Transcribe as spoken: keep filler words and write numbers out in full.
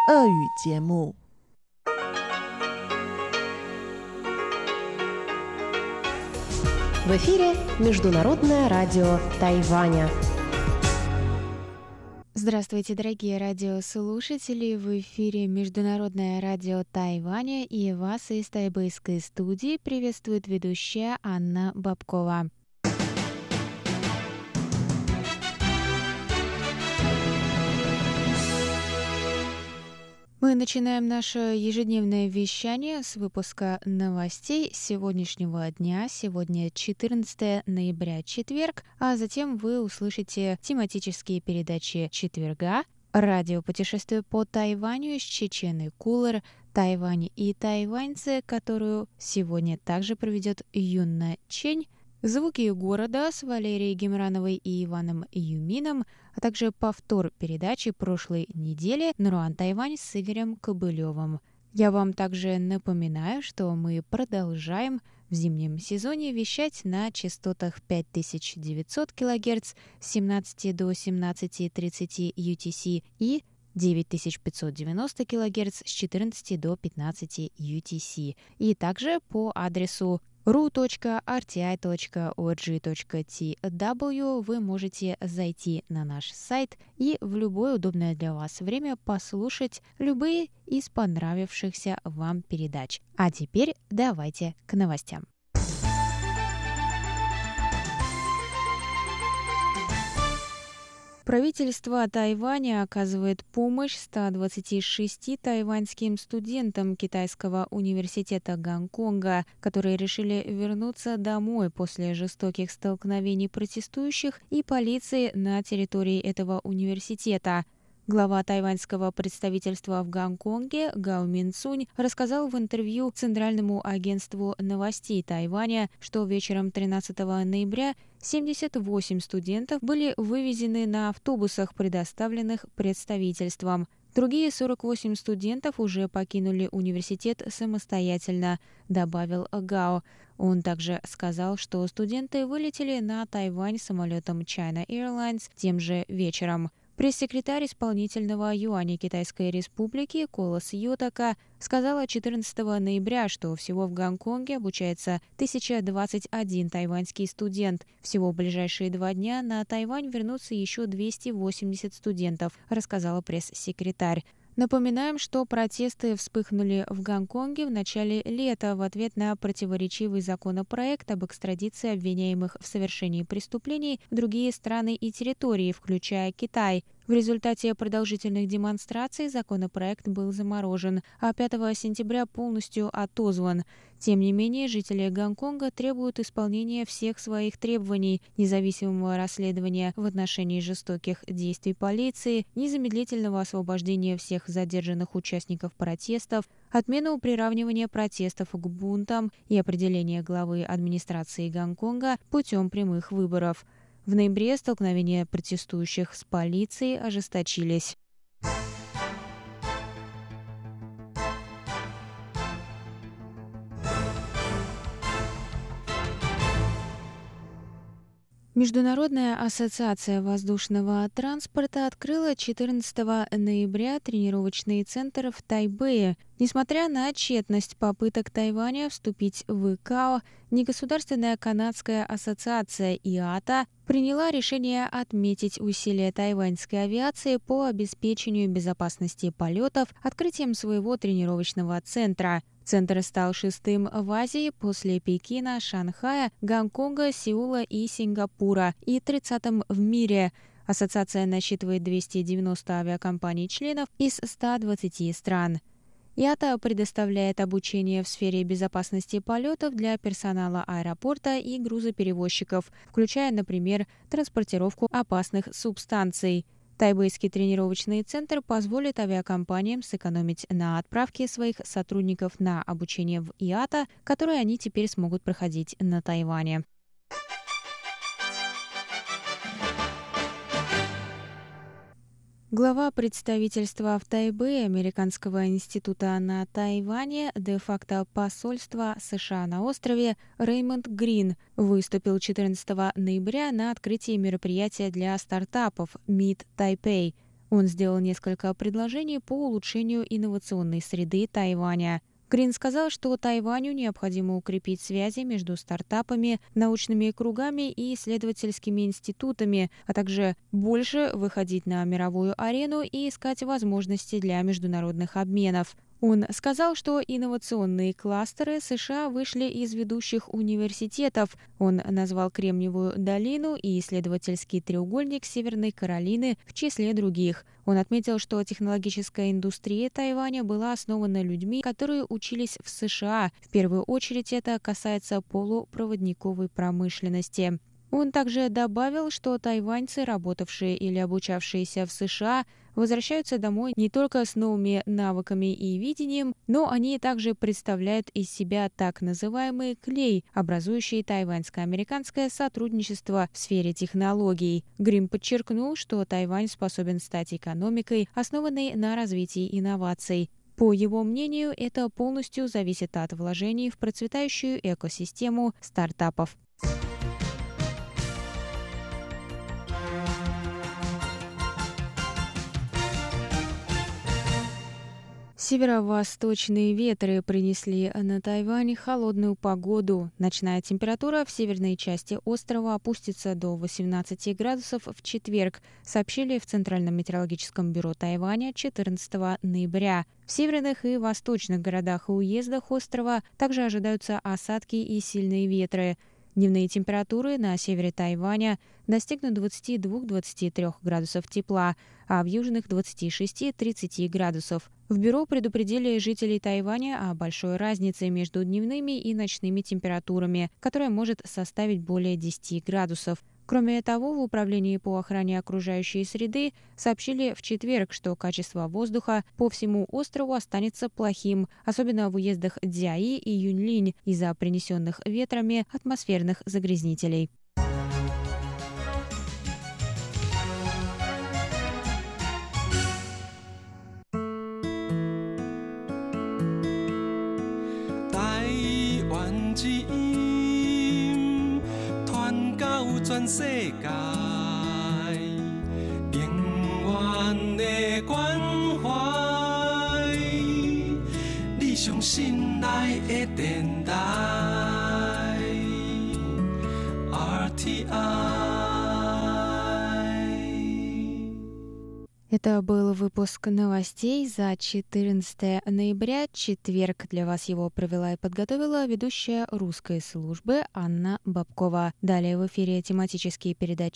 俄语节目。 В эфире Международное радио Тайваня. Здравствуйте, дорогие радиослушатели! В эфире Международное радио Тайваня, и вас из тайбэйской студии приветствует ведущая Анна Бабкова. Мы начинаем наше ежедневное вещание с выпуска новостей сегодняшнего дня. Сегодня четырнадцатое ноября, четверг, а затем вы услышите тематические передачи четверга, радиопутешествие по Тайваню с Чеченой Кулар, Тайвань и тайваньцы, которую сегодня также проведет Юнна Чень, звуки города с Валерией Гемрановой и Иваном Юмином, а также повтор передачи прошлой недели «Наруан Тайвань» с Игорем Кобылевым. Я вам также напоминаю, что мы продолжаем в зимнем сезоне вещать на частотах пять тысяч девятьсот килогерц с семнадцати до семнадцати тридцати ю ти си и девять тысяч пятьсот девяносто килогерц с четырнадцати до пятнадцати ю ти си, и также по адресу ру точка ар ти ай точка орг точка ти дабл ю вы можете зайти на наш сайт и в любое удобное для вас время послушать любые из понравившихся вам передач. А теперь давайте к новостям. Правительство Тайваня оказывает помощь ста двадцати шести тайваньским студентам Китайского университета Гонконга, которые решили вернуться домой после жестоких столкновений протестующих и полиции на территории этого университета. Глава тайваньского представительства в Гонконге Гао Минцунь рассказал в интервью Центральному агентству новостей Тайваня, что вечером тринадцатого ноября семьдесят восемь студентов были вывезены на автобусах, предоставленных представительством. Другие сорок восемь студентов уже покинули университет самостоятельно, добавил Гао. Он также сказал, что студенты вылетели на Тайвань самолетом China Airlines тем же вечером. Пресс-секретарь исполнительного юаня Китайской Республики Колос Йотака сказала четырнадцатого ноября, что всего в Гонконге обучается тысяча двадцать один тайваньский студент. Всего в ближайшие два дня на Тайвань вернутся еще двести восемьдесят студентов, рассказала пресс-секретарь. Напоминаем, что протесты вспыхнули в Гонконге в начале лета в ответ на противоречивый законопроект об экстрадиции обвиняемых в совершении преступлений в другие страны и территории, включая Китай. В результате продолжительных демонстраций законопроект был заморожен, а пятого сентября полностью отозван. Тем не менее, жители Гонконга требуют исполнения всех своих требований, независимого расследования в отношении жестоких действий полиции, незамедлительного освобождения всех задержанных участников протестов, отмену приравнивания протестов к бунтам и определения главы администрации Гонконга путем прямых выборов. В ноябре столкновения протестующих с полицией ожесточились. Международная ассоциация воздушного транспорта открыла четырнадцатого ноября тренировочный центр в Тайбэе. Несмотря на тщетность попыток Тайваня вступить в ИКАО, негосударственная канадская ассоциация ай эй эй ти эй приняла решение отметить усилия тайваньской авиации по обеспечению безопасности полетов открытием своего тренировочного центра. Центр стал шестым в Азии после Пекина, Шанхая, Гонконга, Сеула и Сингапура и тридцатым в мире. Ассоциация насчитывает двести девяносто авиакомпаний-членов из ста двадцати стран. ай эй эй ти эй предоставляет обучение в сфере безопасности полетов для персонала аэропорта и грузоперевозчиков, включая, например, транспортировку опасных субстанций. Тайбэйский тренировочный центр позволит авиакомпаниям сэкономить на отправке своих сотрудников на обучение в ай эй эй ти эй, которое они теперь смогут проходить на Тайване. Глава представительства в Тайбэе Американского института на Тайване, де-факто посольства США на острове Рэймонд Грин выступил четырнадцатого ноября на открытии мероприятия для стартапов Meet Taipei. Он сделал несколько предложений по улучшению инновационной среды Тайваня. Грин сказал, что Тайваню необходимо укрепить связи между стартапами, научными кругами и исследовательскими институтами, а также больше выходить на мировую арену и искать возможности для международных обменов. Он сказал, что инновационные кластеры США вышли из ведущих университетов. Он назвал Кремниевую долину и исследовательский треугольник Северной Каролины в числе других. Он отметил, что технологическая индустрия Тайваня была основана людьми, которые учились в США. В первую очередь это касается полупроводниковой промышленности. Он также добавил, что тайваньцы, работавшие или обучавшиеся в США, возвращаются домой не только с новыми навыками и видением, но они также представляют из себя так называемый клей, образующий тайваньско-американское сотрудничество в сфере технологий. Грин подчеркнул, что Тайвань способен стать экономикой, основанной на развитии инноваций. По его мнению, это полностью зависит от вложений в процветающую экосистему стартапов. Северо-восточные ветры принесли на Тайвань холодную погоду. Ночная температура в северной части острова опустится до восемнадцати градусов в четверг, сообщили в Центральном метеорологическом бюро Тайваня четырнадцатого ноября. В северных и восточных городах и уездах острова также ожидаются осадки и сильные ветры. Дневные температуры на севере Тайваня достигнут двадцати двух — двадцати трёх градусов тепла, а в южных — двадцати шести — тридцати градусов. В бюро предупредили жителей Тайваня о большой разнице между дневными и ночными температурами, которая может составить более десяти градусов. Кроме того, в Управлении по охране окружающей среды сообщили в четверг, что качество воздуха по всему острову останется плохим, особенно в уездах Цзяи и Юньлинь из-за принесенных ветрами атмосферных загрязнителей. Это был выпуск новостей за четырнадцатое ноября, четверг. Для вас его провела и подготовила ведущая русской службы Анна Бабкова. Далее в эфире тематические передачи